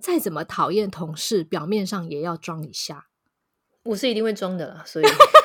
再怎么讨厌同事，表面上也要装一下。 我是一定会装的啦，所以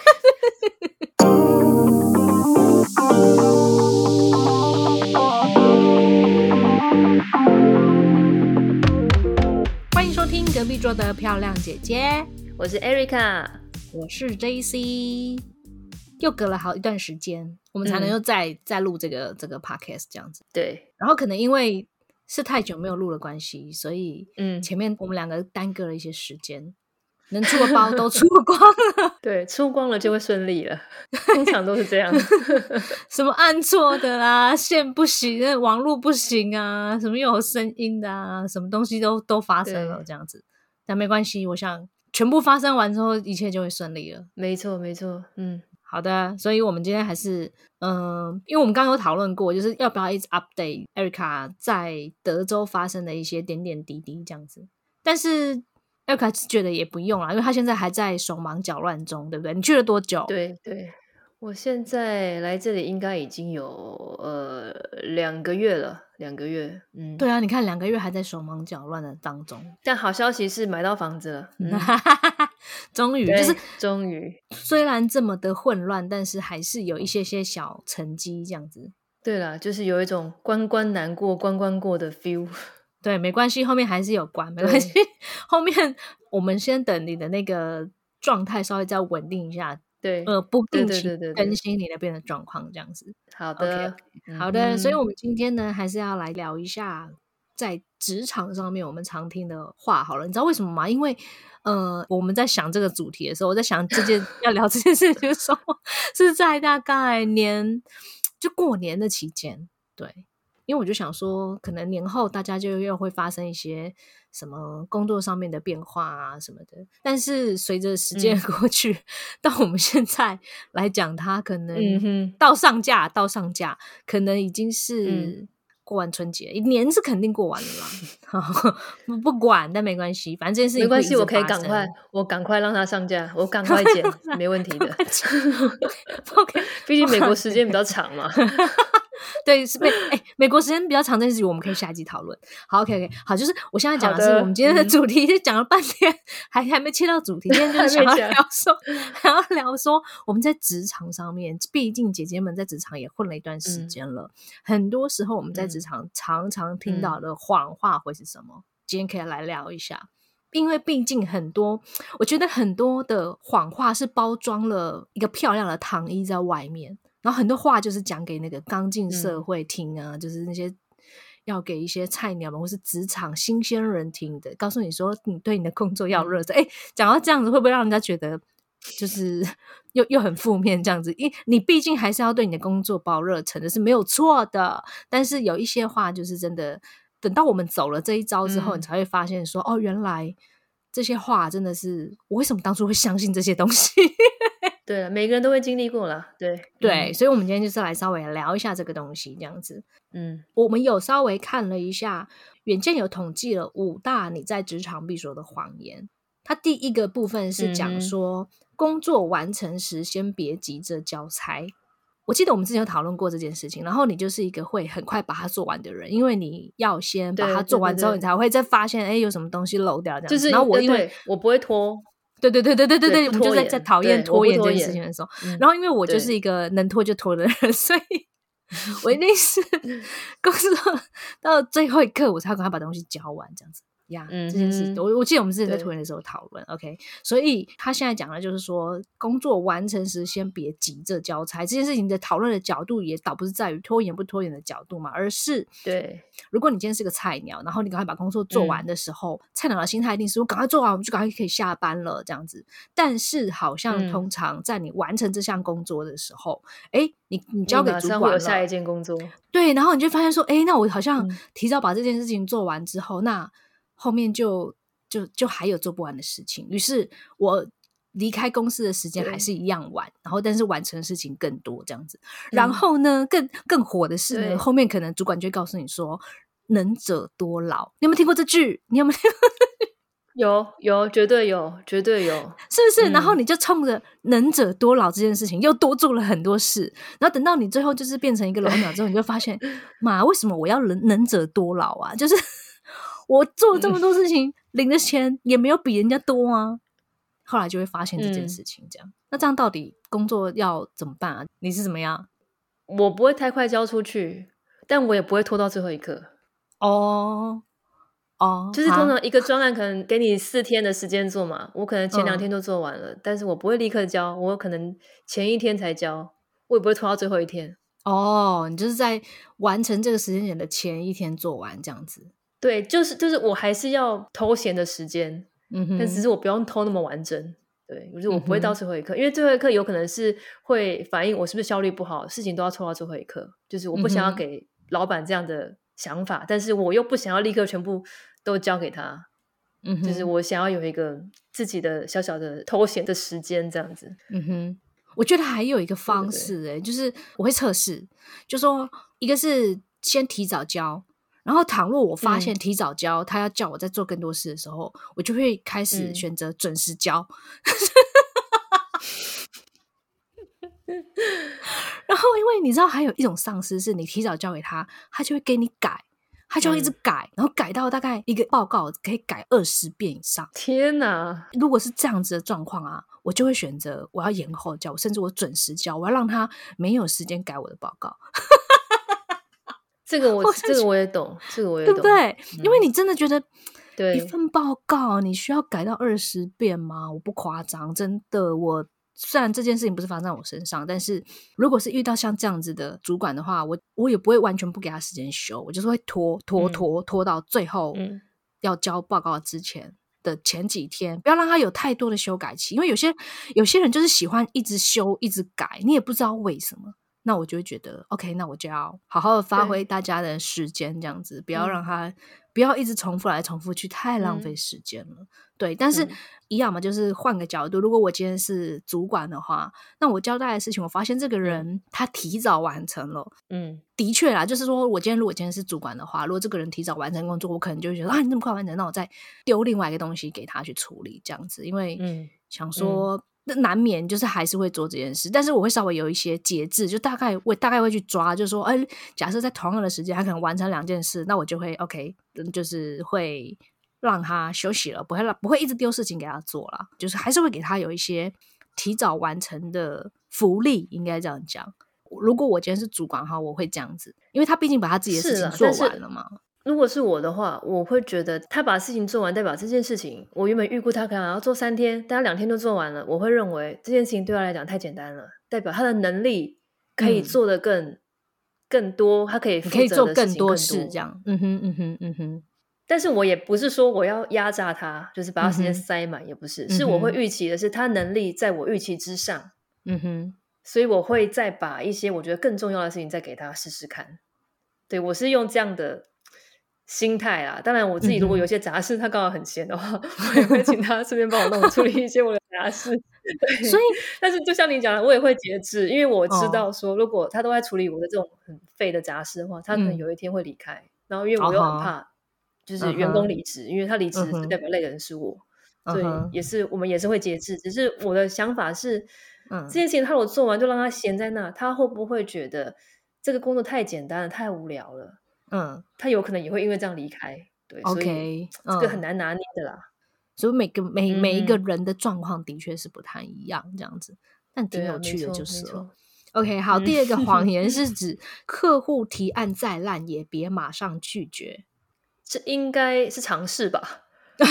欢迎收听隔壁桌的漂亮姐姐， 我是 Erica， 我是 JC。又隔了好一段时间，我们才能又再录这个 podcast 这样子。 对， 然后可能因为是太久没有录的关系，所以前面我们两个耽搁了一些时间，能出的包都出光了。 对，出光了就会顺利了，通常都是这样。 什么按错的啦，线不行，网络不行啊，什么又有声音的啊，什么东西都发生了这样子。但没关系，我想全部发生完之后，一切就会顺利了。 没错没错， 好的，所以我们今天还是因为我们刚刚有讨论过，就是要不要一直 update Erica 在德州发生的一些点点滴滴这样子。但是 Erica 觉得也不用啦，因为他现在还在手忙脚乱中，对不对？你去了多久？ 对对，我现在来这里应该已经有2个月了，2个月。 对啊，你看2个月还在手忙脚乱的当中。 但好消息是买到房子了， 终于就是终于， 虽然这么的混乱，但是还是有一些小成绩这样子。 对啦，就是有一种关关难过关关过的 feel。 对，没关系，后面还是有关，没关系。后面我们先等你的那个状态稍微再稳定一下， 对， 不定期更新你那边的状况，这样子。 好的， okay. 好的，所以我们今天呢，还是要来聊一下在职场上面我们常听的话好了。你知道为什么吗？因为我们在想这个主题的时候，我在想要聊这件事情的时候，是在大概就过年的期间，对。因为我就想说可能年后大家就又会发生一些什么工作上面的变化啊什么的，但是随着时间过去，到我们现在来讲它可能到上架可能已经是过完春节，年是肯定过完了啦。不管，但没关系，反正这件事情没关系，我可以赶快让它上架，我赶快剪，没问题的。 OK， 毕竟美国时间比较长嘛。 对，是美国时间比较长这件事情，我们可以下一集讨论。好 OK， 好，就是我现在讲的是我们今天的主题，就讲了半天，还没切到主题。今天就是想要聊说我们在职场上面，毕竟姐姐们在职场也混了一段时间了，很多时候我们在职场常常听到的谎话会是什么？今天可以来聊一下。因为毕竟我觉得很多的谎话是包装了一个漂亮的糖衣在外面，然后很多话就是讲给那个刚进社会听啊，就是那些要给一些菜鸟们或是职场新鲜人听的，告诉你说你对你的工作要热忱。讲到这样子会不会让人家觉得就是又很负面这样子？因为你毕竟还是要对你的工作抱热忱的，是没有错的，但是有一些话就是真的等到我们走了这一招之后，你才会发现说原来这些话真的是我为什么当初会相信这些东西。 对了，每个人都会经历过啦。 对，所以我们今天就是来稍微聊一下这个东西这样子。我们有稍微看了一下，远见有统计了5大你在职场必说的谎言。它第一个部分是讲说工作完成时先别急着交差。我记得我们之前有讨论过这件事情，然后你就是一个会很快把它做完的人，因为你要先把它做完之后，你才会再发现有什么东西漏掉这样子。 就是然后我不会拖。 对，我们就在讨厌拖延这件事情的时候，然后因为我就是一个能拖就拖的人，所以我一定是工作到最后一刻我才赶快把东西交完这样子。这件事我记得我们之前在拖延的时候讨论 OK， 所以他现在讲的就是说工作完成时先别急着交差。这件事情的讨论的角度也倒不是在于拖延不拖延的角度嘛，而是对， 如果你今天是个菜鸟，然后你赶快把工作做完的时候，菜鸟的心态一定是我赶快做完我们就赶快可以下班了这样子。但是好像通常在你完成这项工作的时候你交给主管了， 马上会有下一件工作。 对，然后你就发现说那我好像提早把这件事情做完之后，那后面就还有做不完的事情，于是我离开公司的时间还是一样晚，然后但是完成的事情更多这样子。然后呢更火的是呢，后面可能主管就会告诉你说能者多劳。你有没有听过这句？你有没有听过有，绝对有，是不是？然后你就冲着能者多劳这件事情又多做了很多事，然后等到你最后就是变成一个老鸟之后，你就发现妈，为什么我要能者多劳啊？就是我做了这么多事情，领的钱也没有比人家多啊。后来就会发现这件事情，这样，那这样到底工作要怎么办啊？你是怎么样？ 我不会太快交出去，但我也不会拖到最后一刻。就是通常一个专案可能给你4天的时间做嘛，我可能前2天都做完了，但是我不会立刻交，我可能前1天才交，我也不会拖到最后一天。 你就是在完成这个时间点的前1天做完这样子。 对，就是我还是要偷闲的时间，但只是我不用偷那么完整。对，就是我不会到最后一刻，因为最后一刻有可能是会反映我是不是效率不好，事情都要拖到最后一刻，就是我不想要给老板这样的想法，但是我又不想要立刻全部都交给他，就是我想要有一个自己的小小的偷闲的时间这样子。 我觉得还有一个方式就是我会测试，就说一个是先提早交，然后倘若我发现提早交他要叫我再做更多事的时候，我就会开始选择准时交。然后因为你知道还有一种上司是你提早交给他，他就会给你改，他就会一直改，然后改到大概一个报告可以改20遍以上。 天哪！ 如果是这样子的状况啊，我就会选择我要延后交，甚至我准时交，我要让他没有时间改我的报告。 这个我也懂，这个我也懂， 对不对？因为你真的觉得对一份报告你需要改到20遍吗？我不夸张，真的。虽然这件事情不是发生在我身上，但是如果是遇到像这样子的主管的话，我也不会完全不给他时间修，我就是会拖到最后要交报告之前的前几天，不要让他有太多的修改期。因为有些人就是喜欢一直修一直改，你也不知道为什么。那我就会觉得 OK， 那我就要好好的发挥大家的时间，这样子不要让他不要一直重复来重复去，太浪费时间了。对，但是一样嘛，就是换个角度，如果我今天是主管的话，那我交代的事情我发现这个人他提早完成了，的确啦，就是说如果今天是主管的话，如果这个人提早完成工作，我可能就会觉得你这么快完成，那我再丢另外一个东西给他去处理，这样子。因为想说难免就是还是会做这件事，但是我会稍微有一些节制，就大概会去抓，就是说假设在同样的时间他可能完成2件事，那我就会 OK， 就是会让他休息了，不会一直丢事情给他做啦，就是还是会给他有一些提早完成的福利，应该这样讲。如果我今天是主管的话，我会这样子，因为他毕竟把他自己的事情做完了嘛。 如果是我的话，我会觉得他把事情做完，代表这件事情我原本预估他可能要做3天，但他2天都做完了，我会认为这件事情对他来讲太简单了，代表他的能力可以做得更多，他可以负责的事情做更多事这样。 但是我也不是说我要压榨他，就是把他时间塞满，也不是，是我会预期的是他能力在我预期之上，所以我会再把一些我觉得更重要的事情再给他试试看。对，我是用这样的心态啦。当然我自己如果有些杂事他刚好很闲的话，我也会请他顺便帮我处理一些我的杂事。 所以但是就像你讲的，我也会节制，因为我知道说如果他都在处理我的这种很废的杂事的话，他可能有一天会离开，然后因为我又很怕就是员工离职，因为他离职就代表累的人是我，所以我们也是会节制。只是我的想法是这件事情他如果做完就让他闲在那，他会不会觉得这个工作太简单了，太无聊了？他有可能也会因为这样离开。对，所以这个很难拿捏的啦。 所以每一个人的状况的确是不太一样，这样子，但挺有趣的就是了。OK， 好，第二个谎言是指客户提案再烂也别马上拒绝， 这应该是常识吧？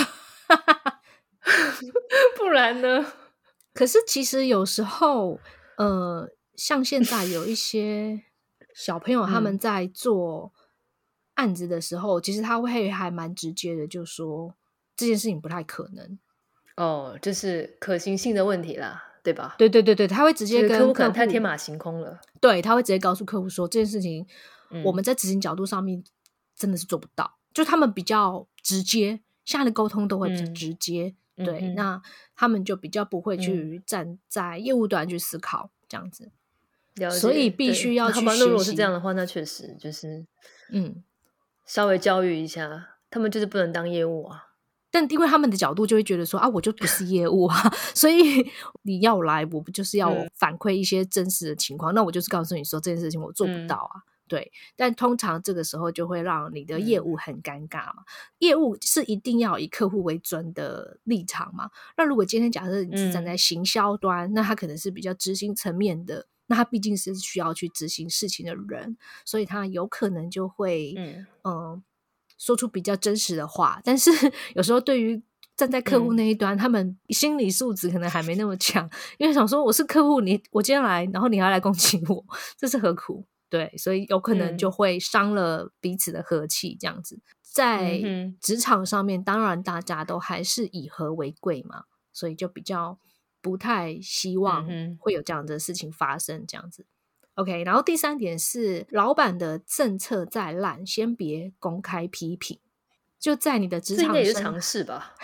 不然呢？ 可是其实有时候，像现在有一些小朋友他们在做案子的时候，其实他会还蛮直接的，就说这件事情不太可能。 就是可行性的问题啦，对吧？ 对，他会直接跟客户可能太天马行空了。 对，他会直接告诉客户说这件事情我们在执行角度上面真的是做不到，就他们比较直接，现在的沟通都会比较直接。对，那他们就比较不会去站在业务端去思考这样子，所以必须要去学习。 如果是这样的话，那确实就是稍微教育一下，他们就是不能当业务啊。 但因为他们的角度就会觉得说我就不是业务啊，所以你要来我不就是要我反馈一些真实的情况，那我就是告诉你说这件事情我做不到啊。 对，但通常这个时候就会让你的业务很尴尬嘛。业务是一定要以客户为准的立场嘛，那如果今天假设你是站在行销端，那他可能是比较执行层面的，那他毕竟是需要去执行事情的人，所以他有可能就会说出比较真实的话，但是有时候对于站在客户那一端，他们心理素质可能还没那么强，因为想说我是客户，我今天来，然后你还要来攻击我，这是何苦？对，所以有可能就会伤了彼此的和气这样子。在职场上面，当然大家都还是以和为贵嘛，所以就比较不太希望会有这样的事情发生这样子。OK， 然后第3点是老板的政策再烂，先别公开批评。就在你的职场，这应该也是常识吧？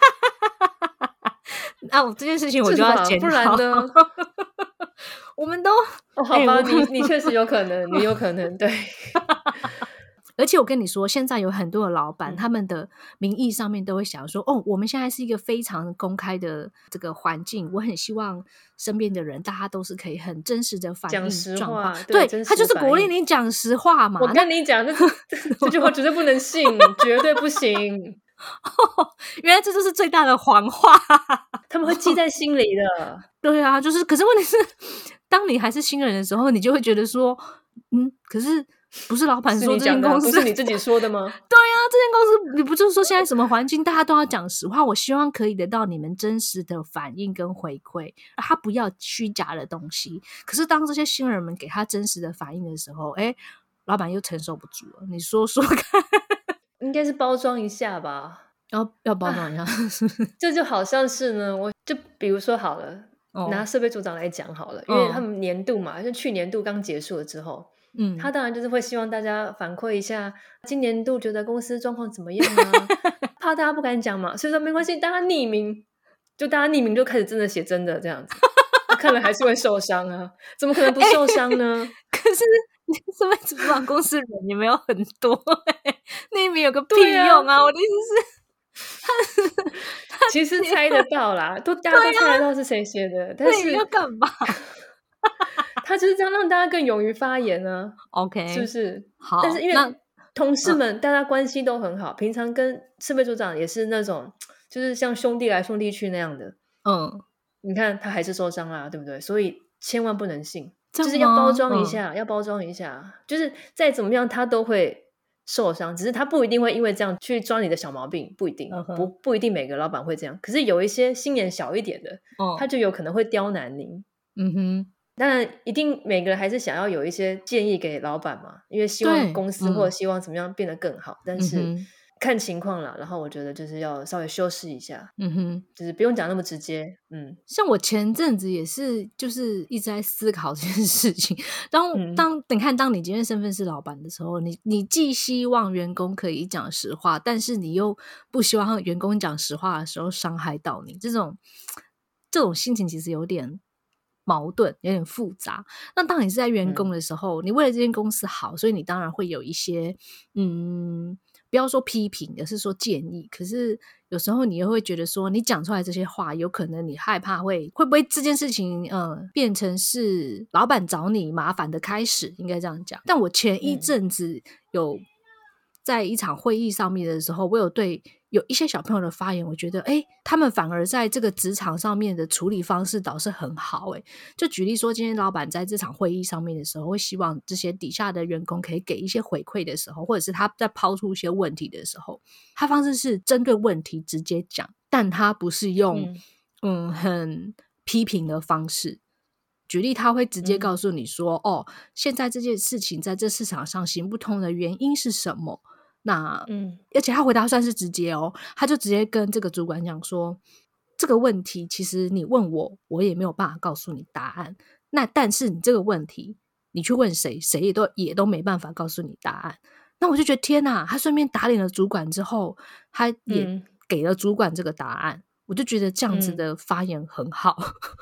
那我这件事情我就要检讨， 不然呢？ 我们都好吧，你确实有可能，你有可能对。 而且我跟你说，现在有很多的老板，他们的名义上面都会想说，我们现在是一个非常公开的这个环境，我很希望身边的人大家都是可以很真实的反映状况。对，他就是鼓励你讲实话嘛。 我跟你讲，这句话绝对不能信，绝对不行。 原来这就是最大的谎话， 他们会记在心里的。 对啊，就是，可是问题是，当你还是新人的时候，你就会觉得说，可是不是老板说这间公司， 不是你自己说的吗？ 对啊，这间公司你不就是说现在什么环境大家都要讲实话，我希望可以得到你们真实的反应跟回馈，他不要虚假的东西。可是当这些新人们给他真实的反应的时候，老板又承受不住了。你说说看。 应该是包装一下吧， 要包装一下。 这就好像是呢，我就比如说好了，拿设备组长来讲好了，因为他们年度嘛，就去年度刚结束了之后，他当然就是会希望大家反馈一下今年度觉得公司状况怎么样啊，怕大家不敢讲嘛，所以说没关系，大家匿名就开始真的写真的这样子。看了还是会受伤啊，怎么可能不受伤呢？ 可是身为主管公司人也没有很多，匿名有个屁用啊！我的意思是， 其实猜得到啦，大家都猜得到是谁写的，但是要干嘛？ 他就是这样让大家更勇于发言啊。 OK， 是不是？ 好， 但是因为同事们大家关系都很好，平常跟设备组长也是那种，就是像兄弟来兄弟去那样的。你看他还是受伤啦，对不对？所以千万不能信，就是要包装一下，要包装一下，就是再怎么样他都会受伤，只是他不一定会因为这样去抓你的小毛病，不一定，不一定每个老板会这样，可是有一些心眼小一点的，他就有可能会刁难你。当然一定每个人还是想要有一些建议给老板嘛，因为希望公司或者希望怎么样变得更好，但是看情况啦，然后我觉得就是要稍微修饰一下，就是不用讲那么直接。 像我前阵子也是就是一直在思考这件事情，当你今天身份是老板的时候，你既希望员工可以讲实话，但是你又不希望员工讲实话的时候伤害到你，这种心情其实有点矛盾，有点复杂。那当你是在员工的时候，你为了这间公司好，所以你当然会有一些不要说批评，而是说建议。可是有时候你又会觉得说，你讲出来这些话，有可能你害怕会不会这件事情变成是老板找你麻烦的开始，应该这样讲。但我前一阵子有在一场会议上面的时候，我有对有一些小朋友的发言，我觉得他们反而在这个职场上面的处理方式倒是很好。就举例说，今天老板在这场会议上面的时候，会希望这些底下的员工可以给一些回馈的时候，或者是他在抛出一些问题的时候，他方式是针对问题直接讲，但他不是用很批评的方式。举例，他会直接告诉你说现在这件事情在这市场上行不通的原因是什么。那而且他回答算是直接他就直接跟这个主管讲说，这个问题其实你问我也没有办法告诉你答案，那但是你这个问题你去问谁也都没办法告诉你答案。那我就觉得天哪，他顺便打脸了主管之后，他也给了主管这个答案，我就觉得这样子的发言很好。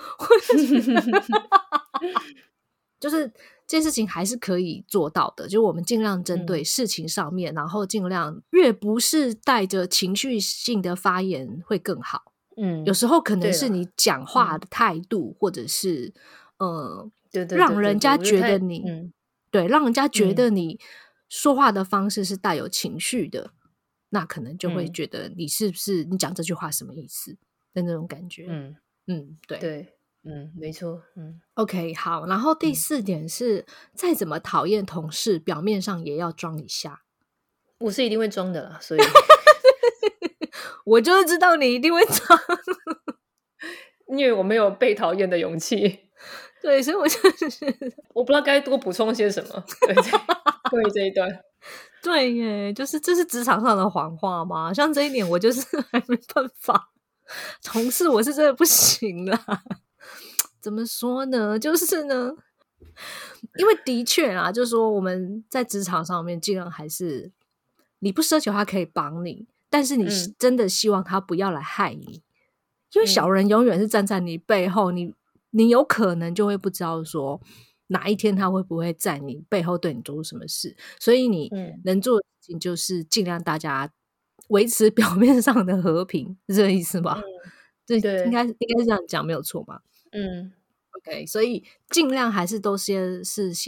就是这件事情还是可以做到的，就我们尽量针对事情上面，然后尽量越不是带着情绪性的发言会更好。有时候可能是你讲话的态度，或者是让人家觉得你对，让人家觉得你说话的方式是带有情绪的，那可能就会觉得你是不是你讲这句话什么意思的那种感觉。对对，没错。 OK， 好，然后第4点是，再怎么讨厌同事，表面上也要装一下。 我是一定会装的啦，所以我就是知道你一定会装， 因为我没有被讨厌的勇气。 对，所以我就是我不知道该多补充些什么。对，关于这一段， 对耶，就是这是职场上的谎话嘛。像这一点，我就是还没办法，同事我是真的不行啦。怎么说呢？就是呢，因为的确啊，就是说我们在职场上面，尽量还是你不奢求他可以帮你，但是你真的希望他不要来害你，因为小人永远是站在你背后，你有可能就会不知道说哪一天他会不会在你背后对你做出什么事，所以你能做的事情就是尽量大家维持表面上的和平，是这个意思吧？对，应该是这样讲，没有错吧？OK， 所以尽量还是都先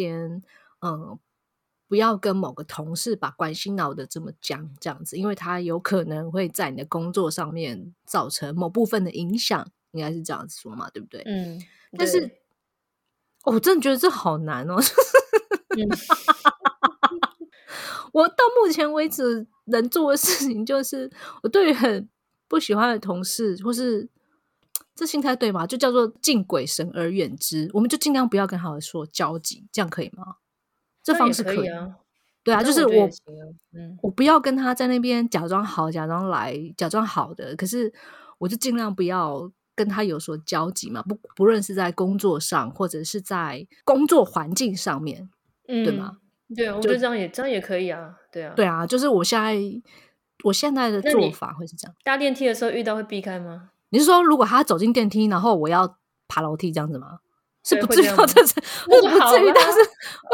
不要跟某个同事把关系闹得这么僵，这样子，因为他有可能会在你的工作上面造成某部分的影响，应该是这样子说嘛，对不对？但是我真的觉得这好难哦。我到目前为止能做的事情就是，我对于很不喜欢的同事，或是这心态对吗？就叫做敬鬼神而远之，我们就尽量不要跟他说交集，这样可以吗？这方式可以啊。 对啊，就是我不要跟他在那边假装好，假装来，假装好的，可是我就尽量不要跟他有所交集嘛，不论是在工作上或者是在工作环境上面，对吗？ 对啊，我觉得这样也可以啊。对啊， 对啊，就是我现在的做法会是这样。 搭电梯的时候遇到会避开吗？ 你是说如果他走进电梯，然后我要爬楼梯这样子吗？是不至于到这程度，不至于到是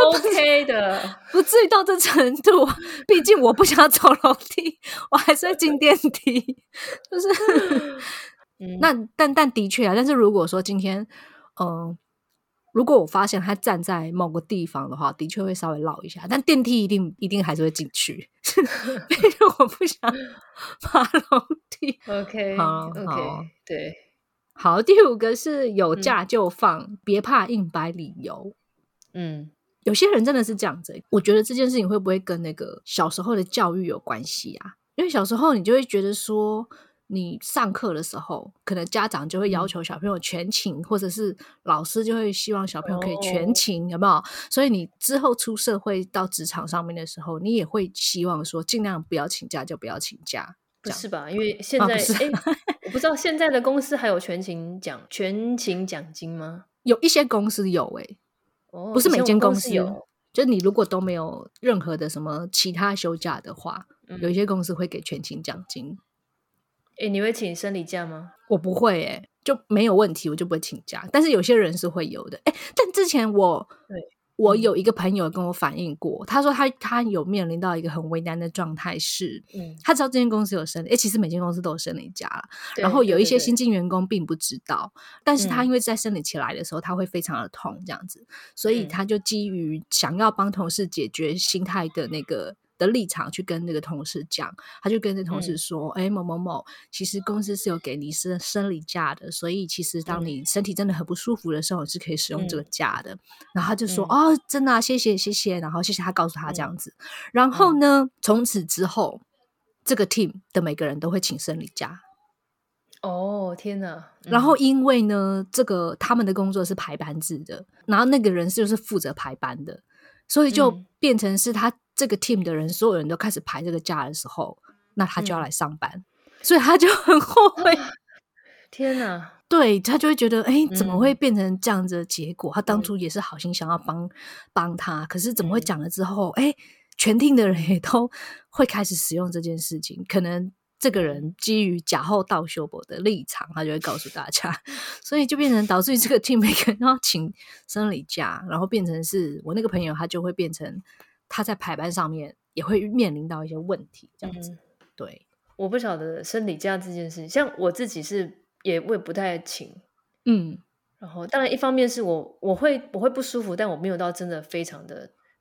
OK 的， 不至于到这程度。毕竟我不想走楼梯，我还是会进电梯。就是那但的确啊，但是如果说今天如果我发现他站在某个地方的话，的确会稍微绕一下，但电梯一定还是会进去。因为我不想爬楼梯。 OK， 好， 对。 好，第5个是有假就放，别怕硬摆理由。有些人真的是这样子。我觉得这件事情会不会跟那个小时候的教育有关系啊？因为小时候你就会觉得说，你上课的时候，可能家长就会要求小朋友全勤，或者是老师就会希望小朋友可以全勤，有没有？所以你之后出社会到职场上面的时候，你也会希望说，尽量不要请假就不要请假。 不是吧？因为现在我不知道现在的公司还有全勤奖金吗？ 有一些公司有不是每间公司有。 就你如果都没有任何的什么其他休假的话，有一些公司会给全勤奖金。 你会请生理假吗？ 我不会就没有问题，我就不会请假。但是有些人是会有的。但之前我有一个朋友跟我反映过，他说他有面临到一个很为难的状态是，他知道这间公司有生理，其实每间公司都有生理假啦，然后有一些新进员工并不知道，但是他因为在生理期来的时候，他会非常的痛这样子，所以他就基于想要帮同事解决心态的那个的立场去跟那个同事讲，他就跟那同事说，某某某，其实公司是有给你生理假的，所以其实当你身体真的很不舒服的时候，你是可以使用这个假的。然后他就说，真的啊，谢谢，然后谢谢他告诉他这样子。然后呢，从此之后，这个 team 的每个人都会请生理假。 天哪！ 然后因为呢，这个他们的工作是排班制的，然后那个人就是负责排班的，所以就变成是他这个 team 的人，所有人都开始排这个假的时候，那他就要来上班，所以他就很后悔。 天哪！ 对，他就会觉得怎么会变成这样子的结果，他当初也是好心想要帮他，可是怎么会讲了之后全厅的人也都会开始使用这件事情，可能这个人基于假后到修博的立场，他就会告诉大家，所以就变成导致于这个 team 每个人都要请生理假，然后变成是我那个朋友他就会变成他在排班上面也会面临到一些问题这样子。对， 我不晓得生理假这件事，像我自己是我也不太请，然后当然一方面是我会不舒服，但我没有到真的非常的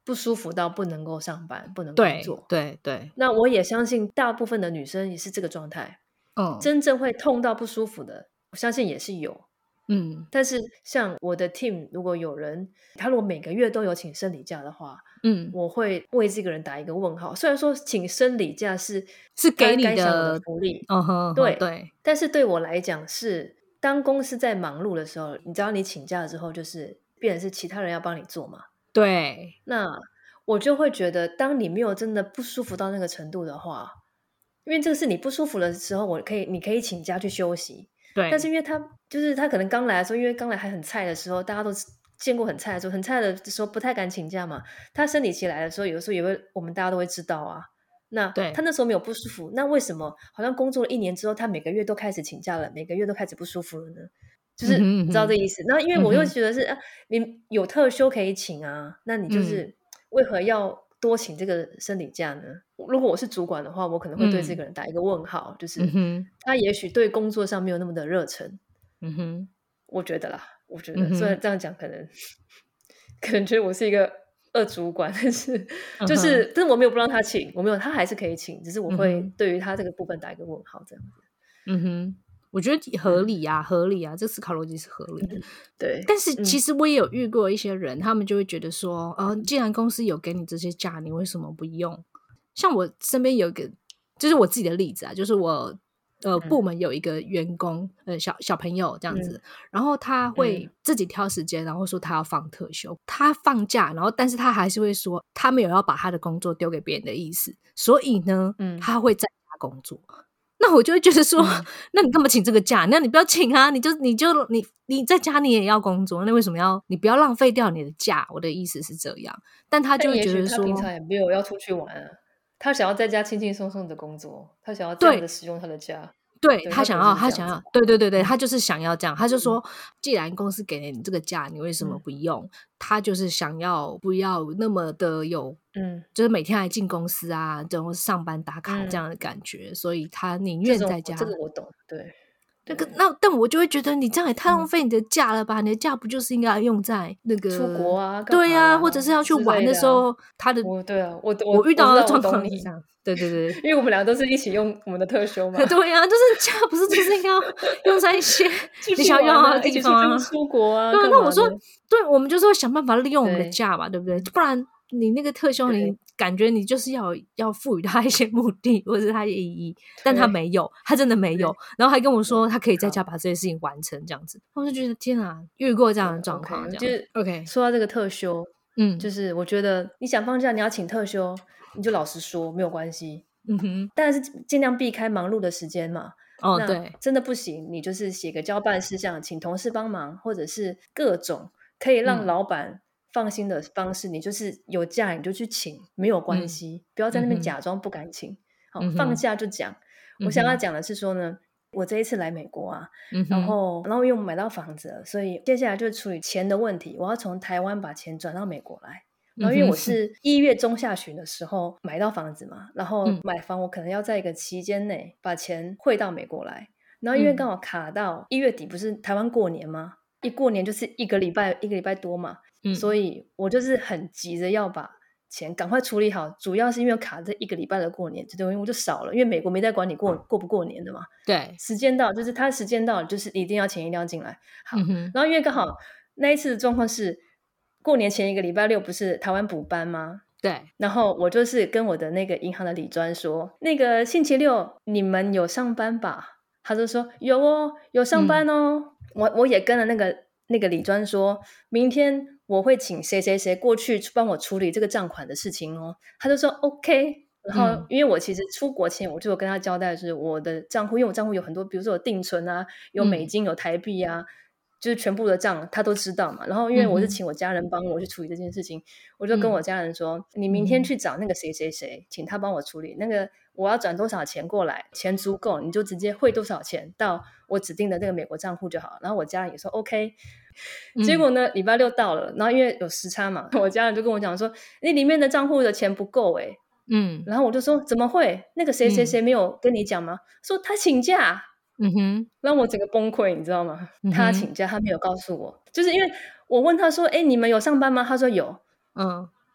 不舒服到不能够上班不能工作。 对对对， 那我也相信大部分的女生也是这个状态。真正会痛到不舒服的我相信也是有。但是像我的 team 如果有人他如果每个月都有请生理假的话，我会为这个人打一个问号。虽然说请生理假是给你该享有的福利， 对， 但是对我来讲是当公司在忙碌的时候，你知道你请假了之后就是变成是其他人要帮你做嘛。 对， 那我就会觉得当你没有真的不舒服到那个程度的话，因为这个是你不舒服的时候你可以请假去休息。 对， 但是因为他可能刚来的时候，因为刚来还很菜的时候，大家都见过很菜的时候，很菜的时候不太敢请假嘛。他生理期来的时候，有的时候也会我们大家都会知道啊。那他那时候没有不舒服，那为什么好像工作了1年之后，他每个月都开始请假了，每个月都开始不舒服了呢？就是你知道这意思。那因为我又觉得是你有特休可以请啊，那你就是为何要多请这个生理假呢？如果我是主管的话，我可能会对这个人打一个问号，就是他也许对工作上没有那么的热忱。我觉得啦，我觉得虽然这样讲可能觉得我是一个恶主管，但是但是我没有不让他请，他还是可以请，只是我会对于他这个部分打一个问号这样子。 我觉得合理啊，合理啊，这思考逻辑是合理的。 对， 但是其实我也有遇过一些人，他们就会觉得说，既然公司有给你这些假，你为什么不用？像我身边有一个，就是我自己的例子啊，就是我部门有一个员工，小朋友这样子，然后他会自己挑时间，然后说他要放特休，他放假，然后但是他还是会说他没有要把他的工作丢给别人的意思，所以呢，他会在家工作。那我就会觉得说，那你干嘛请这个假？那你不要请啊，你在家你也要工作，那为什么你不要浪费掉你的假？我的意思是这样，但他就会觉得说， 他平常也没有要出去玩啊，他想要在家轻轻松松的工作，他想要这样的使用他的假。 对，他想要，对，他就是想要这样。他就说，既然公司给了你这个假，你为什么不用？他就是想要不要那么的有，就是每天来进公司啊，这种上班打卡这样的感觉，所以他宁愿在家。 这个我懂，对。 但我就会觉得你这样也太浪费你的假了吧？你的假不就是应该用在那个出国啊？ 对啊，或者是要去玩的时候， 对啊，我遇到的状况是这样。对， 因为我们俩都是一起用我们的特休嘛。 对啊，就是假不是就是应该要用在一些你想要用的地方啊， 出国啊。 对，那我说，对，我们就是会想办法利用我们的假嘛，对不对？不然你那个特休，你感觉你就是要赋予他一些目的或者是他的意义，但他没有，他真的没有，然后还跟我说他可以在家把这些事情完成，这样子，我就觉得天啊，遇过这样的状况，这样。 就是 OK， 说到这个特休，就是我觉得你想放假，你要请特休，你就老实说没有关系，但是尽量避开忙碌的时间嘛。 对， 真的不行，你就是写个交办事项，请同事帮忙，或者是各种可以让老板放心的方式，你就是有假你就去请，没有关系，不要在那边假装不敢请。放假就讲。我想要讲的是说呢，我这一次来美国啊，然后因为我买到房子了，所以接下来就处理钱的问题，我要从台湾把钱转到美国来。然后因为我是1月中下旬的时候买到房子嘛，然后买房我可能要在一个期间内把钱汇到美国来，然后因为刚好卡到1月底，不是台湾过年吗？一过年就是一个礼拜多嘛，所以我就是很急着要把钱赶快处理好，主要是因为卡这1个礼拜的过年，这东西我就少了，因为美国没在管你过不过年的嘛。 对， 时间到就是他时间到了，就是一定要钱一定要进来。好，然后因为刚好那一次的状况是过年前1个礼拜6不是台湾补班吗？ 对， 然后我就是跟我的那个银行的理专说，那个星期6你们有上班吧？他就说有哦，有上班哦。我也跟了那个理专说，明天我会请谁谁谁过去帮我处理这个账款的事情哦。他就说 OK。然后因为我其实出国前我就有跟他交代，就是我的账户，因为我账户有很多，比如说有定存啊，有美金，有台币啊，就是全部的账他都知道嘛。然后因为我是请我家人帮我去处理这件事情，我就跟我家人说，你明天去找那个谁谁谁，请他帮我处理那个，我要转多少钱过来，钱足够你就直接汇多少钱到我指定的这个美国账户就好。然后我家人也说 OK。结果呢礼拜6到了，然后因为有时差嘛，我家人就跟我讲说，你里面的账户的钱不够欸。然后我就说怎么会，那个谁谁谁没有跟你讲吗？说他请假。让我整个崩溃，你知道吗？他请假，他没有告诉我，就是因为我问他说你们有上班吗？他说有。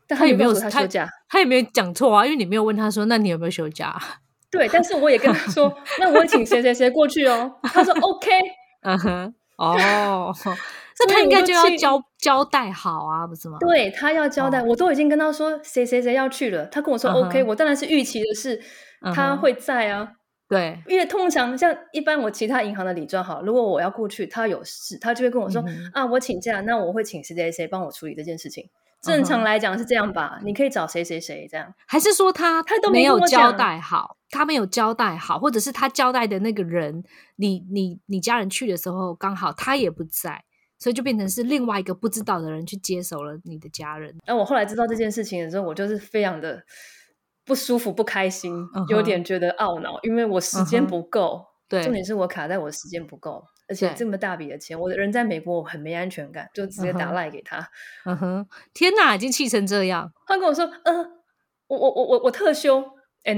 但他也没有他休假， 他也没有讲错啊，因为你没有问他说那你有没有休假。 对，但是我也跟他说那我会请谁谁谁过去哦，他说 OK。 哦，那他应该就要交代好啊，不是吗？ 对，他要交代，我都已经跟他说谁谁谁要去了，他跟我说 OK，我当然是预期的是他会在啊。 对， 因为通常像一般我其他银行的理专好，如果我要过去他有事，他就会跟我说我请假，那我会请谁谁谁帮我处理这件事情。正常来讲是这样吧，你可以找谁谁谁这样。 还是说他都没有交代好，他没有交代好，或者是他交代的那个人你家人去的时候刚好他也不在，所以就变成是另外一个不知道的人去接手了你的家人。 我后来知道这件事情的时候，我就是非常的不舒服不开心，有点觉得懊恼，因为我时间不够。对，重点是我卡在我时间不够，而且这么大笔的钱，我的人在美国，我很没安全感，就直接打赖给他。 天哪，已经气成这样。 他跟我说我特休 and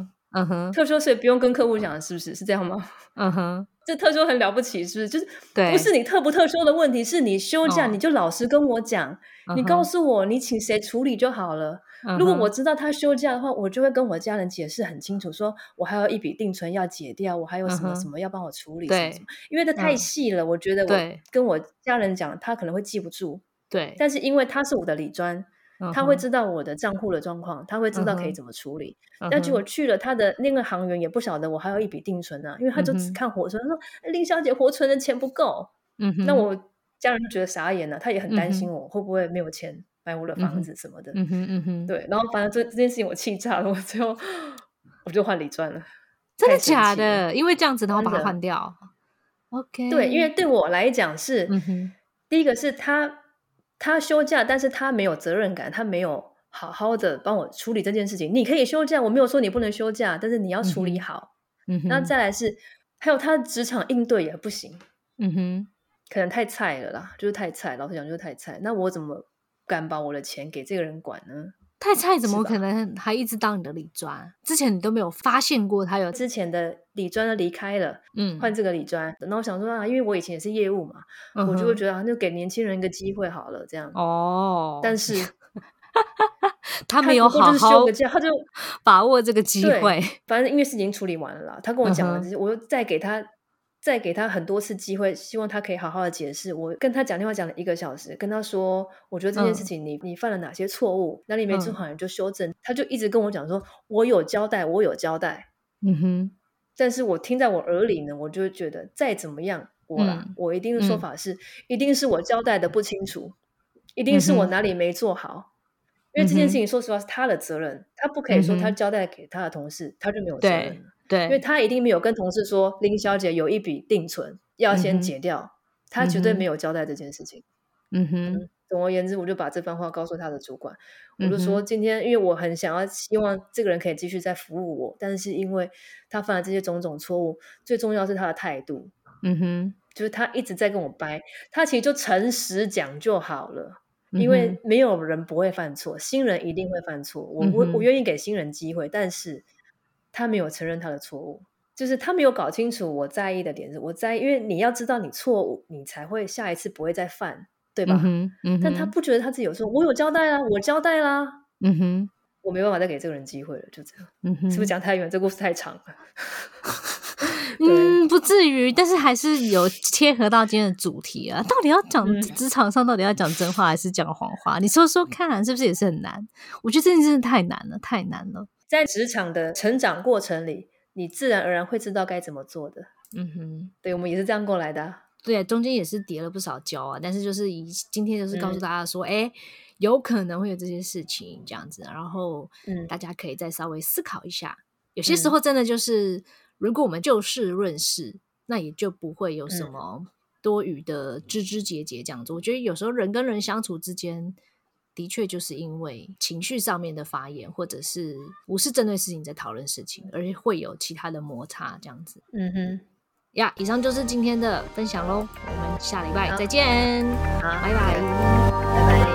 then 特休，所以不用跟客户讲，是不是？是这样吗？这特休很了不起，是不是？就是不是你特不特休的问题，是你休假你就老实跟我讲，你告诉我你请谁处理就好了。如果我知道他休假的话，我就会跟我家人解释很清楚，说我还有一笔定存要解掉，我还有什么什么要帮我处理，什么什么，因为这太细了，我觉得我跟我家人讲他可能会记不住。对，但是因为他是我的理专，他会知道我的账户的状况，他会知道可以怎么处理。但结果去了，他的那个行员也不晓得我还有一笔定存啊，因为他就只看活存，他说林小姐活存的钱不够。那我家人就觉得傻眼了，他也很担心我会不会没有钱买我的房子什么的。对，然后反正这件事情我气炸了，我最后我就换理专了。 真的假的？因为这样子然后把它换掉。OK， 对，因为对我来讲是第一个是他休假，但是他没有责任感，他没有好好的帮我处理这件事情。你可以休假，我没有说你不能休假，但是你要处理好。那再来是还有他的职场应对也不行。可能太菜了啦，就是太菜，老实讲就是太菜。那我怎么敢把我的钱给这个人管呢？ 太菜怎么可能还一直当你的理专？之前你都没有发现过他有之前的理专都离开了，换这个理专。然后我想说因为我以前也是业务嘛，我就会觉得就给年轻人一个机会好了这样。但是他没有好好休个假，他就把握这个机会。 反正因为事情处理完了啦，他跟我讲完我又再给他很多次机会，希望他可以好好的解释。我跟他讲电话讲了1个小时，跟他说我觉得这件事情你犯了哪些错误，哪里没做好你就修正。他就一直跟我讲说我有交代。但是我听在我耳里呢，我就觉得再怎么样我一定的说法是一定是我交代的不清楚，一定是我哪里没做好。因为这件事情说实话是他的责任，他不可以说他交代给他的同事他就没有责任了。对，因为他一定没有跟同事说林小姐有一笔定存要先解掉，他绝对没有交代这件事情。总而言之，我就把这番话告诉他的主管，我就说今天因为我很希望这个人可以继续再服务我，但是因为他犯了这些种种错误，最重要是他的态度。就是他一直在跟我掰，他其实就诚实讲就好了。因为没有人不会犯错，新人一定会犯错，我愿意给新人机会，但是他没有承认他的错误，就是他没有搞清楚我在意的点是我在意，因为你要知道你错误，你才会下一次不会再犯，对吧？但他不觉得他自己有错，我有交代啦，我交代啦。我没办法再给这个人机会了，就这样。是不是讲太远？这故事太长了。 不至于，但是还是有切合到今天的主题啊。到底要讲职场上到底要讲真话还是讲谎话？你说说看，是不是也是很难？我觉得这件事真的太难了，太难了。 在职场的成长过程里，你自然而然会知道该怎么做的。对，我们也是这样过来的。 对，中间也是跌了不少跤啊，但是就是今天就是告诉大家说，有可能会有这些事情这样子，然后大家可以再稍微思考一下。有些时候真的就是如果我们就事论事，那也就不会有什么多余的枝枝节节这样子。我觉得有时候人跟人相处之间的确就是因为情绪上面的发言，或者是不是针对事情在讨论事情，而会有其他的摩擦这样子。以上就是今天的分享咯，我们下礼拜再见。拜拜。